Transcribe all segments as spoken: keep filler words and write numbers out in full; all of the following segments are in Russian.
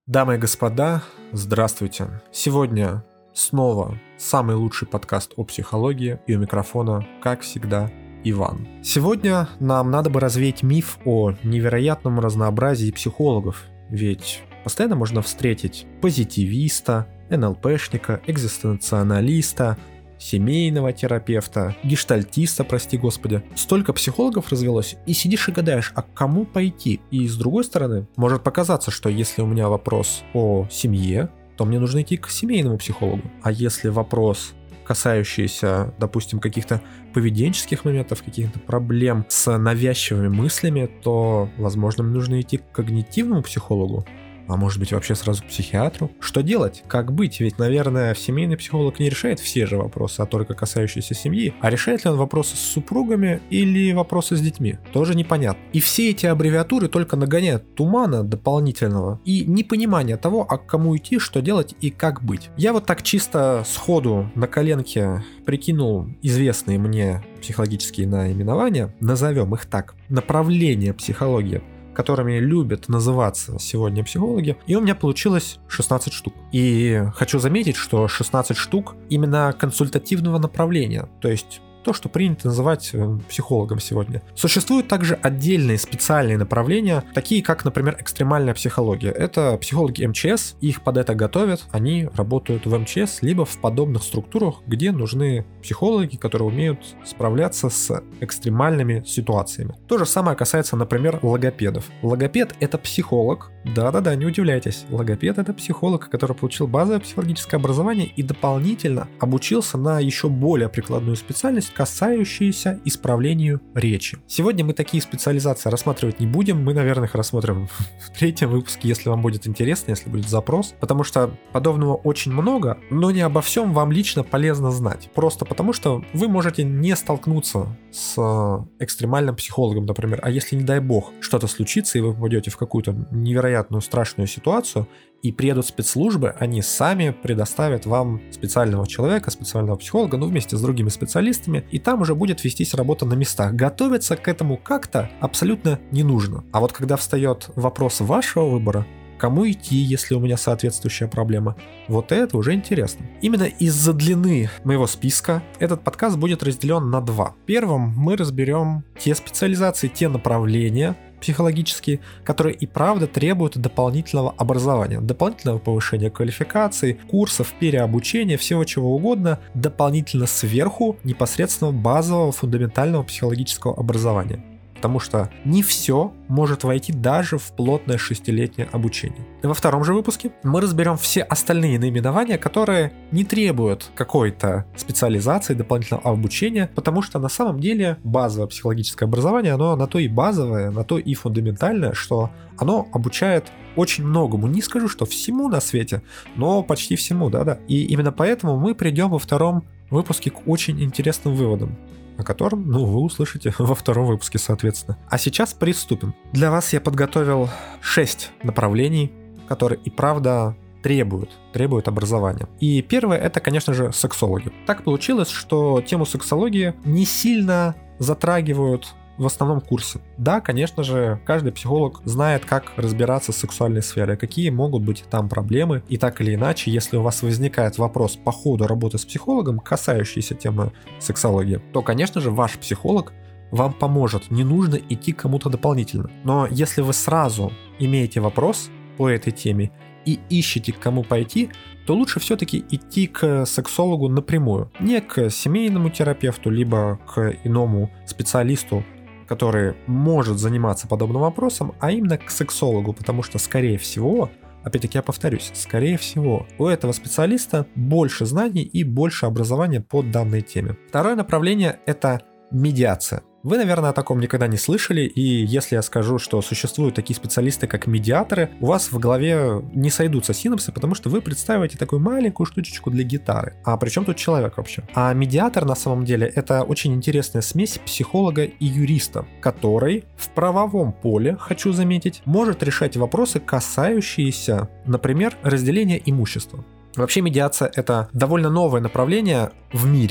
Дамы и господа, здравствуйте. Сегодня снова самый лучший подкаст о психологии, и у микрофона, как всегда, Иван. Сегодня нам надо бы развеять миф о невероятном разнообразии психологов, ведь постоянно можно встретить позитивиста, эн эл пэшника, экзистенциалиста, семейного терапевта, гештальтиста, прости господи. Столько психологов развелось, и сидишь и гадаешь, а к кому пойти? И с другой стороны, может показаться, что если у меня вопрос о семье, то мне нужно идти к семейному психологу. А если вопрос, касающийся, допустим, каких-то поведенческих моментов, каких-то проблем с навязчивыми мыслями, то, возможно, мне нужно идти к когнитивному психологу. А может быть, вообще сразу к психиатру? Что делать? Как быть? Ведь, наверное, семейный психолог не решает все же вопросы, а только касающиеся семьи. А решает ли он вопросы с супругами или вопросы с детьми? Тоже непонятно. И все эти аббревиатуры только нагоняют тумана дополнительного и непонимания того, а к кому идти, что делать и как быть. Я вот так чисто сходу на коленке прикинул известные мне психологические наименования, назовем их так, направления психологии, которыми любят называться сегодня психологи, и у меня получилось шестнадцать штук. И хочу заметить, что шестнадцать штук именно консультативного направления, то есть то, что принято называть психологом сегодня. Существуют также отдельные специальные направления, такие как, например, экстремальная психология. Это психологи эм че эс, их под это готовят, они работают в эм че эс, либо в подобных структурах, где нужны психологи, которые умеют справляться с экстремальными ситуациями. То же самое касается, например, логопедов. Логопед — это психолог, да-да-да, не удивляйтесь, логопед — это психолог, который получил базовое психологическое образование и дополнительно обучился на еще более прикладную специальность, касающиеся исправлению речи. Сегодня мы такие специализации рассматривать не будем, мы, наверное, их рассмотрим в третьем выпуске, если вам будет интересно, если будет запрос, потому что подобного очень много, но не обо всем вам лично полезно знать. Просто потому, что вы можете не столкнуться с экстремальным психологом, например, а если, не дай бог, что-то случится, и вы попадете в какую-то невероятную страшную ситуацию, и приедут спецслужбы, они сами предоставят вам специального человека, специального психолога, ну, вместе с другими специалистами, и там уже будет вестись работа на местах. Готовиться к этому как-то абсолютно не нужно. А вот когда встает вопрос вашего выбора, кому идти, если у меня соответствующая проблема, вот это уже интересно. Именно из-за длины моего списка этот подкаст будет разделен на два. Первым мы разберем те специализации, те направления психологические, которые и правда требуют дополнительного образования, дополнительного повышения квалификации, курсов, переобучения, всего чего угодно, дополнительно сверху непосредственно базового фундаментального психологического образования. Потому что не все может войти даже в плотное шестилетнее обучение. И во втором же выпуске мы разберем все остальные наименования, которые не требуют какой-то специализации, дополнительного обучения, потому что на самом деле базовое психологическое образование, оно на то и базовое, на то и фундаментальное, что оно обучает очень многому. Не скажу, что всему на свете, но почти всему, да-да. И именно поэтому мы придем во втором выпуске к очень интересным выводам, о котором, ну, вы услышите во втором выпуске, соответственно. А сейчас приступим. Для вас я подготовил шесть направлений, которые и правда требуют, требуют образования. И первое — это, конечно же, сексологи. Так получилось, что тему сексологии не сильно затрагивают в основном курсе. Да, конечно же, каждый психолог знает, как разбираться с сексуальной сферой, какие могут быть там проблемы, и так или иначе, если у вас возникает вопрос по ходу работы с психологом, касающийся темы сексологии, то, конечно же, ваш психолог вам поможет, не нужно идти к кому-то дополнительно. Но если вы сразу имеете вопрос по этой теме и ищете, к кому пойти, то лучше все-таки идти к сексологу напрямую, не к семейному терапевту, либо к иному специалисту, который может заниматься подобным вопросом, а именно к сексологу, потому что, скорее всего, опять-таки я повторюсь, скорее всего, у этого специалиста больше знаний и больше образования по данной теме. Второе направление — это медиация. Вы, наверное, о таком никогда не слышали, и если я скажу, что существуют такие специалисты, как медиаторы, у вас в голове не сойдутся синапсы, потому что вы представите такую маленькую штучечку для гитары. А при чем тут человек вообще? А медиатор, на самом деле, это очень интересная смесь психолога и юриста, который в правовом поле, хочу заметить, может решать вопросы, касающиеся, например, разделения имущества. Вообще медиация — это довольно новое направление в мире.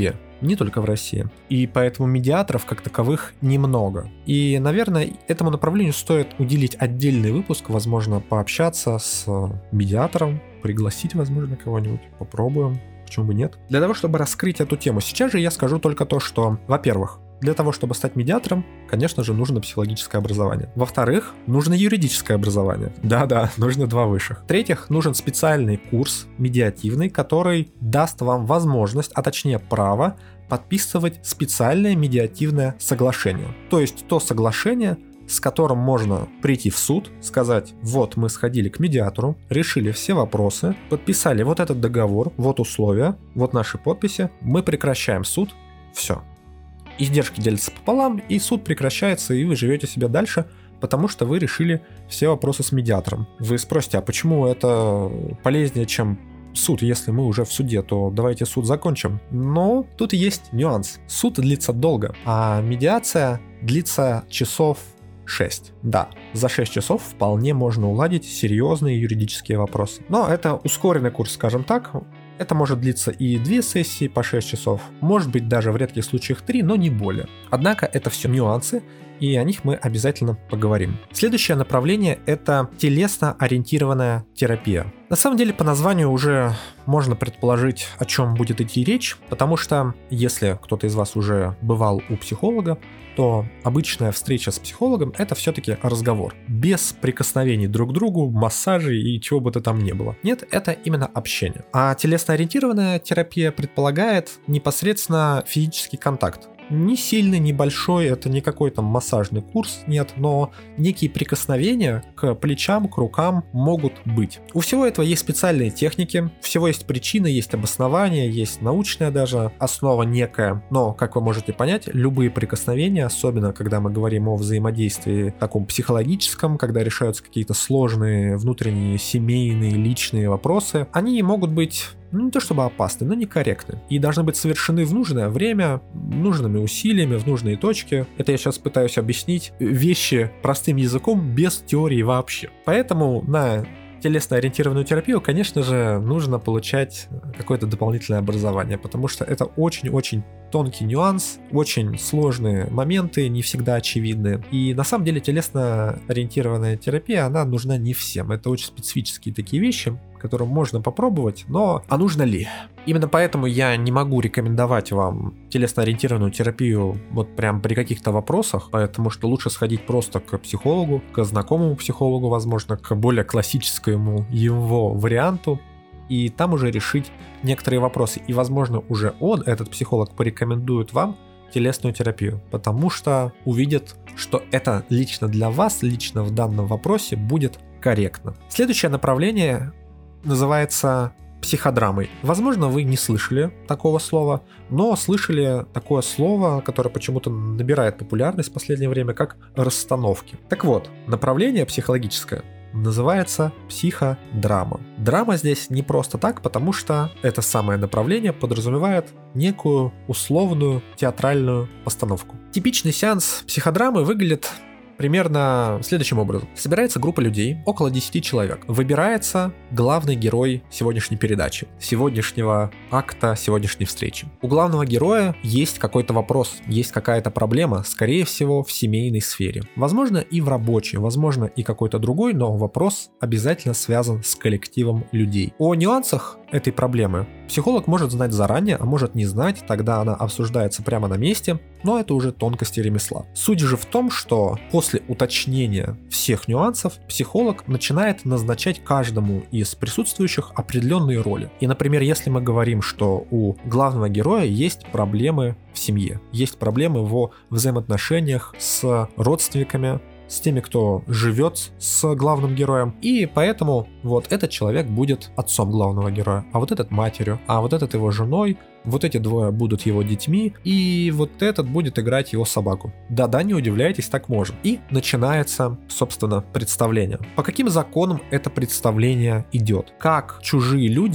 не только в России. И поэтому медиаторов как таковых немного. И, наверное, этому направлению стоит уделить отдельный выпуск, возможно, пообщаться с медиатором, пригласить, возможно, кого-нибудь, попробуем, почему бы нет. Для того, чтобы раскрыть эту тему, сейчас же я скажу только то, что, во-первых, для того, чтобы стать медиатором, конечно же, нужно психологическое образование. Во-вторых, нужно юридическое образование. Да-да, нужно два высших. В-третьих, нужен специальный курс медиативный, который даст вам возможность, а точнее право, подписывать специальное медиативное соглашение. То есть то соглашение, с которым можно прийти в суд, сказать: вот мы сходили к медиатору, решили все вопросы, подписали вот этот договор, вот условия, вот наши подписи, мы прекращаем суд, все. Издержки делятся пополам, и суд прекращается, и вы живете себе дальше, потому что вы решили все вопросы с медиатором. Вы спросите, а почему это полезнее, чем суд? Если мы уже в суде, то давайте суд закончим. Но тут есть нюанс. Суд длится долго, а медиация длится часов шесть. Да, за шесть часов вполне можно уладить серьезные юридические вопросы. Но это ускоренный курс, скажем так. Это может длиться и две сессии по шесть часов, может быть даже в редких случаях три, но не более. Однако это все нюансы, и о них мы обязательно поговорим. Следующее направление – это телесно-ориентированная терапия. На самом деле по названию уже можно предположить, о чем будет идти речь, потому что если кто-то из вас уже бывал у психолога, то обычная встреча с психологом – это все-таки разговор. Без прикосновений друг к другу, массажей и чего бы то там ни было. Нет, это именно общение. А телесно-ориентированная терапия предполагает непосредственно физический контакт. Не сильный, небольшой, это не какой-то массажный курс, нет, но некие прикосновения к плечам, к рукам могут быть. У всего этого есть специальные техники, всего есть причины, есть обоснование, есть научная даже основа некая, но, как вы можете понять, любые прикосновения, особенно когда мы говорим о взаимодействии таком психологическом, когда решаются какие-то сложные внутренние, семейные, личные вопросы, они могут быть ну, не то чтобы опасны, но некорректны. И должны быть совершены в нужное время, нужными усилиями, в нужные точки. Это я сейчас пытаюсь объяснить вещи простым языком, без теории вообще. Поэтому на телесно-ориентированную терапию, конечно же, нужно получать какое-то дополнительное образование, потому что это очень-очень тонкий нюанс, очень сложные моменты, не всегда очевидные. И на самом деле телесно-ориентированная терапия, она нужна не всем. Это очень специфические такие вещи, которые можно попробовать, но а нужно ли? Именно поэтому я не могу рекомендовать вам телесно-ориентированную терапию вот прям при каких-то вопросах, потому что лучше сходить просто к психологу, к знакомому психологу, возможно, к более классическому его варианту, и там уже решить некоторые вопросы. И, возможно, уже он, этот психолог, порекомендует вам телесную терапию, потому что увидит, что это лично для вас, лично в данном вопросе будет корректно. Следующее направление называется психодрамой. Возможно, вы не слышали такого слова, но слышали такое слово, которое почему-то набирает популярность в последнее время, как расстановки. Так вот, направление психологическое называется психодрама. Драма здесь не просто так, потому что это самое направление подразумевает некую условную театральную постановку. Типичный сеанс психодрамы выглядит примерно следующим образом. Собирается группа людей, около десяти человек. Выбирается главный герой сегодняшней передачи, сегодняшнего акта, сегодняшней встречи. У главного героя есть какой-то вопрос, есть какая-то проблема, скорее всего, в семейной сфере. Возможно, и в рабочей, возможно, и какой-то другой, но вопрос обязательно связан с коллективом людей. О нюансах этой проблемы психолог может знать заранее, а может не знать, тогда она обсуждается прямо на месте, но это уже тонкости ремесла. Суть же в том, что после уточнения всех нюансов психолог начинает назначать каждому из присутствующих определенные роли. И, например, если мы говорим, что у главного героя есть проблемы в семье, есть проблемы во взаимоотношениях с родственниками, с теми, кто живет с главным героем. И поэтому вот этот человек будет отцом главного героя, а вот этот матерью, а вот этот его женой, вот эти двое будут его детьми, и вот этот будет играть его собаку. Да-да, не удивляйтесь, так может. И начинается, собственно, представление. По каким законам это представление идет? Как чужие люди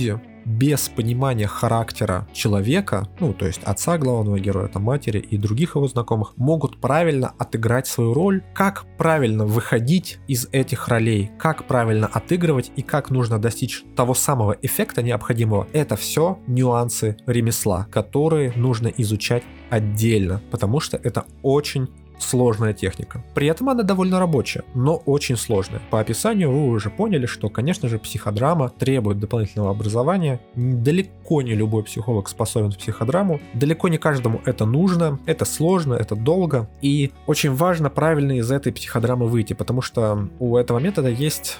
без понимания характера человека, ну, то есть отца главного героя, там, матери и других его знакомых, могут правильно отыграть свою роль, как правильно выходить из этих ролей, как правильно отыгрывать и как нужно достичь того самого эффекта необходимого. Это все нюансы ремесла, которые нужно изучать отдельно, потому что это очень сложная техника. При этом она довольно рабочая, но очень сложная. По описанию вы уже поняли, что, конечно же, психодрама требует дополнительного образования. Далеко не любой психолог способен в психодраму. Далеко не каждому это нужно. Это сложно, это долго. И очень важно правильно из этой психодрамы выйти, потому что у этого метода есть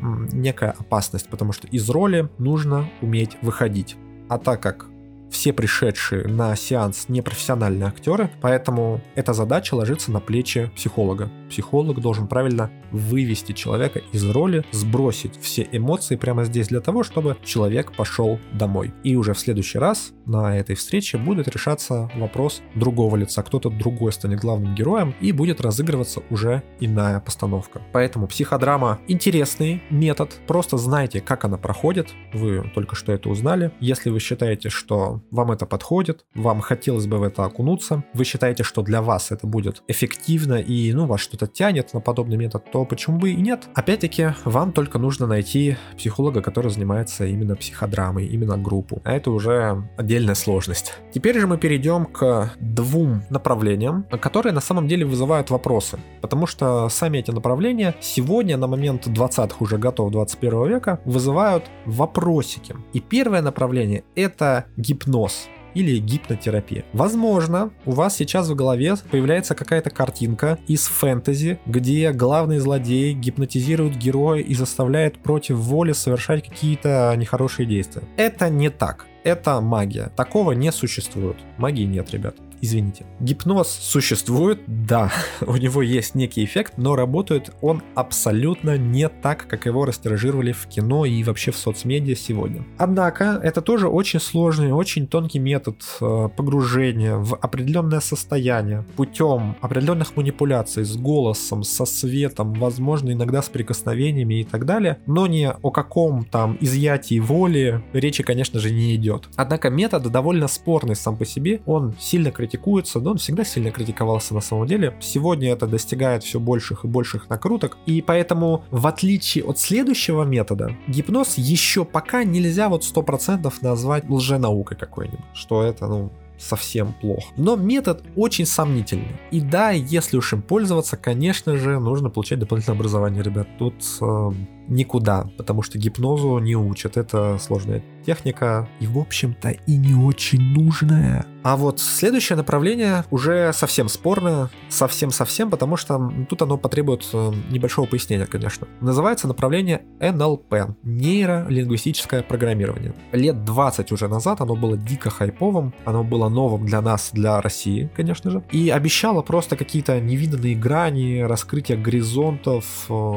некая опасность, потому что из роли нужно уметь выходить. А так как все пришедшие на сеанс непрофессиональные актеры, поэтому эта задача ложится на плечи психолога. Психолог должен правильно вывести человека из роли, сбросить все эмоции прямо здесь для того, чтобы человек пошел домой. И уже в следующий раз на этой встрече будет решаться вопрос другого лица. Кто-то другой станет главным героем и будет разыгрываться уже иная постановка. Поэтому психодрама — интересный метод. Просто знайте, как она проходит. Вы только что это узнали. Если вы считаете, что вам это подходит, вам хотелось бы в это окунуться, вы считаете, что для вас это будет эффективно и, ну, вас что-то тянет на подобный метод, то почему бы и нет? Опять-таки, вам только нужно найти психолога, который занимается именно психодрамой, именно группу. А это уже отдельная сложность. Теперь же мы перейдем к двум направлениям, которые на самом деле вызывают вопросы. Потому что сами эти направления сегодня, на момент двадцатых уже готов двадцать первого века, вызывают вопросики. И первое направление — это гипноз или гипнотерапия. Возможно, у вас сейчас в голове появляется какая-то картинка из фэнтези, где главный злодей гипнотизирует героя и заставляет против воли совершать какие-то нехорошие действия. Это не так. Это магия. Такого не существует. Магии нет, ребят. Извините. Гипноз существует, да, у него есть некий эффект, но работает он абсолютно не так, как его растиражировали в кино и вообще в соцмедиа сегодня. Однако, это тоже очень сложный, очень тонкий метод погружения в определенное состояние путем определенных манипуляций с голосом, со светом, возможно, иногда с прикосновениями и так далее, но ни о каком там изъятии воли речи, конечно же, не идет. Однако метод довольно спорный сам по себе, он сильно критикуется, но он всегда сильно критиковался на самом деле. Сегодня это достигает все больших и больших накруток, и поэтому, в отличие от следующего метода, гипноз еще пока нельзя вот сто процентов назвать лженаукой какой-нибудь, что это, ну, совсем плохо. Но метод очень сомнительный. И да, если уж им пользоваться, конечно же, нужно получать дополнительное образование, ребят. Тут э, никуда, потому что гипнозу не учат. Это сложная техника и, в общем-то, и не очень нужная. А вот следующее направление уже совсем спорное, совсем-совсем, потому что тут оно потребует небольшого пояснения, конечно. Называется направление эн эл пэ, нейролингвистическое программирование. Лет двадцать уже назад оно было дико хайповым, оно было новым для нас, для России, конечно же, и обещало просто какие-то невиданные грани, раскрытие горизонтов.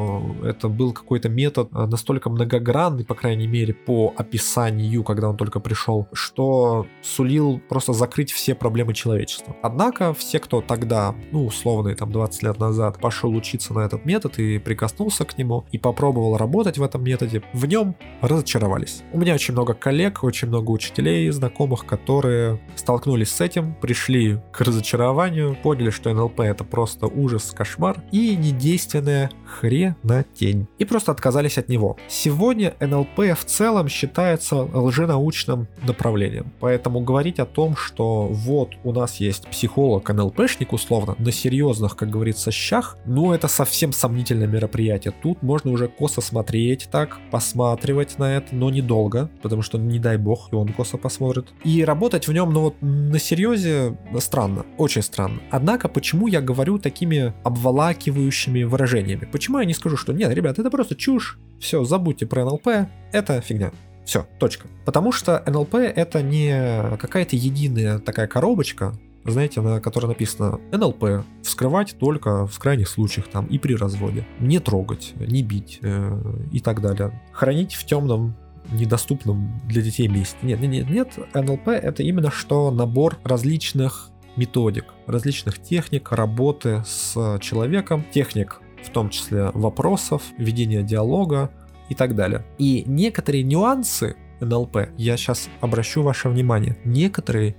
Это был какой-то метод настолько многогранный, по крайней мере, по описанию, когда он только пришел, что сулил просто закрыть все проблемы человечества. Однако все, кто тогда, ну, условно, там двадцать лет назад пошел учиться на этот метод и прикоснулся к нему, и попробовал работать в этом методе, в нем разочаровались. У меня очень много коллег, очень много учителей, знакомых, которые столкнулись с этим, пришли к разочарованию, поняли, что эн эл пэ это просто ужас, кошмар и недейственная хренотень. И просто отказались от него. Сегодня эн эл пэ в целом считается лженаучным направлением. Поэтому говорить о том, что вот у нас есть психолог эн эл пэшник условно, на серьезных, как говорится, щах, ну это совсем сомнительное мероприятие. Тут можно уже косо смотреть так, посматривать на это, но недолго, потому что, не дай бог, и он косо посмотрит. И работать в нем, ну вот на серьезе странно, очень странно. Однако, почему я говорю такими обволакивающими выражениями? Почему я не скажу, что нет, ребят, это просто чушь, все, забудьте про эн эл пэ, это фигня. Все, точка. Потому что эн эл пэ это не какая-то единая такая коробочка, знаете, на которой написано эн эл пэ вскрывать только в крайних случаях там и при разводе. Не трогать, не бить э, и так далее. Хранить в темном, недоступном для детей месте. Нет, нет, нет, нет. эн эл пэ это именно что набор различных методик, различных техник работы с человеком, техник в том числе вопросов, ведения диалога и так далее. И некоторые нюансы эн эл пи, я сейчас обращу ваше внимание, некоторые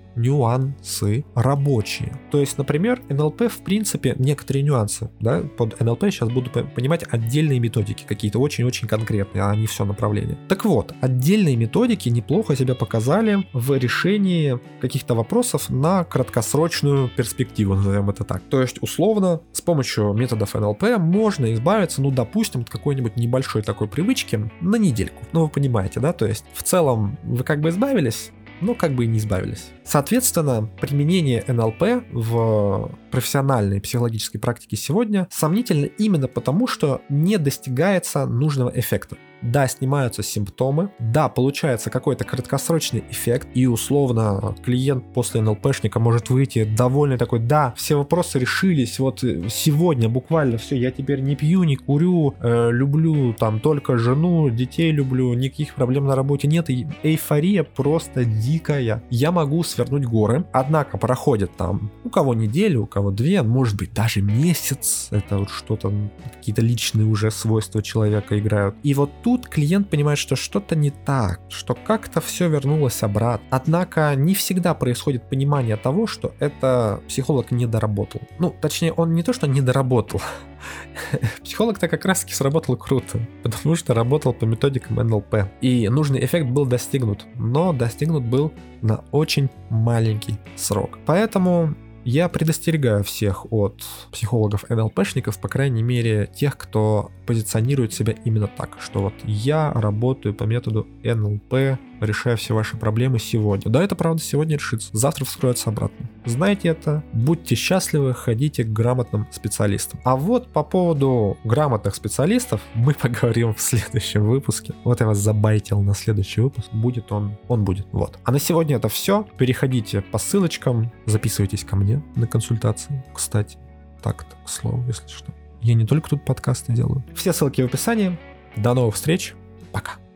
нюансы рабочие. То есть, например, эн эл пи, в принципе, некоторые нюансы, да, под эн эл пи сейчас буду понимать отдельные методики, какие-то очень-очень конкретные, а не все направление. Так вот, отдельные методики неплохо себя показали в решении каких-то вопросов на краткосрочную перспективу, назовем это так. То есть, условно, с помощью методов эн эл пи можно избавиться, ну, допустим, от какой-нибудь небольшой такой привычки на недельку. Ну, вы понимаете, да? То есть, в целом, вы как бы избавились, но как бы и не избавились. Соответственно, применение эн эл пи в профессиональной психологической практике сегодня сомнительно именно потому, что не достигается нужного эффекта. Да, снимаются симптомы, да, получается какой-то краткосрочный эффект, и условно клиент после эн эл пи-шника может выйти довольный такой: да, все вопросы решились, вот сегодня буквально все, я теперь не пью, не курю, э, люблю там только жену, детей люблю, никаких проблем на работе нет, и эйфория просто дикая. Я могу свернуть горы, однако проходит там у кого неделю, у кого две, может быть даже месяц, это вот что-то, какие-то личные уже свойства человека играют, и вот тут клиент понимает, что что-то не так, что как-то все вернулось обратно. Однако не всегда происходит понимание того, что это психолог не доработал. Ну, точнее, он не то, что не доработал. Психолог-то как раз-таки сработал круто, потому что работал по методикам эн эл пи. И нужный эффект был достигнут, но достигнут был на очень маленький срок. Поэтому я предостерегаю всех от психологов эн эл пи-шников, по крайней мере, тех, кто позиционирует себя именно так, что вот я работаю по методу эн эл пи, решаю все ваши проблемы сегодня. Да, это правда сегодня решится, завтра вскроется обратно. Знайте это, будьте счастливы, ходите к грамотным специалистам. А вот по поводу грамотных специалистов мы поговорим в следующем выпуске. Вот я вас забайтил на следующий выпуск, будет он, он будет. Вот. А на сегодня это все. Переходите по ссылочкам, записывайтесь ко мне на консультации. Кстати, так-то, к слову, если что. Я не только тут подкасты делаю. Все ссылки в описании. До новых встреч. Пока.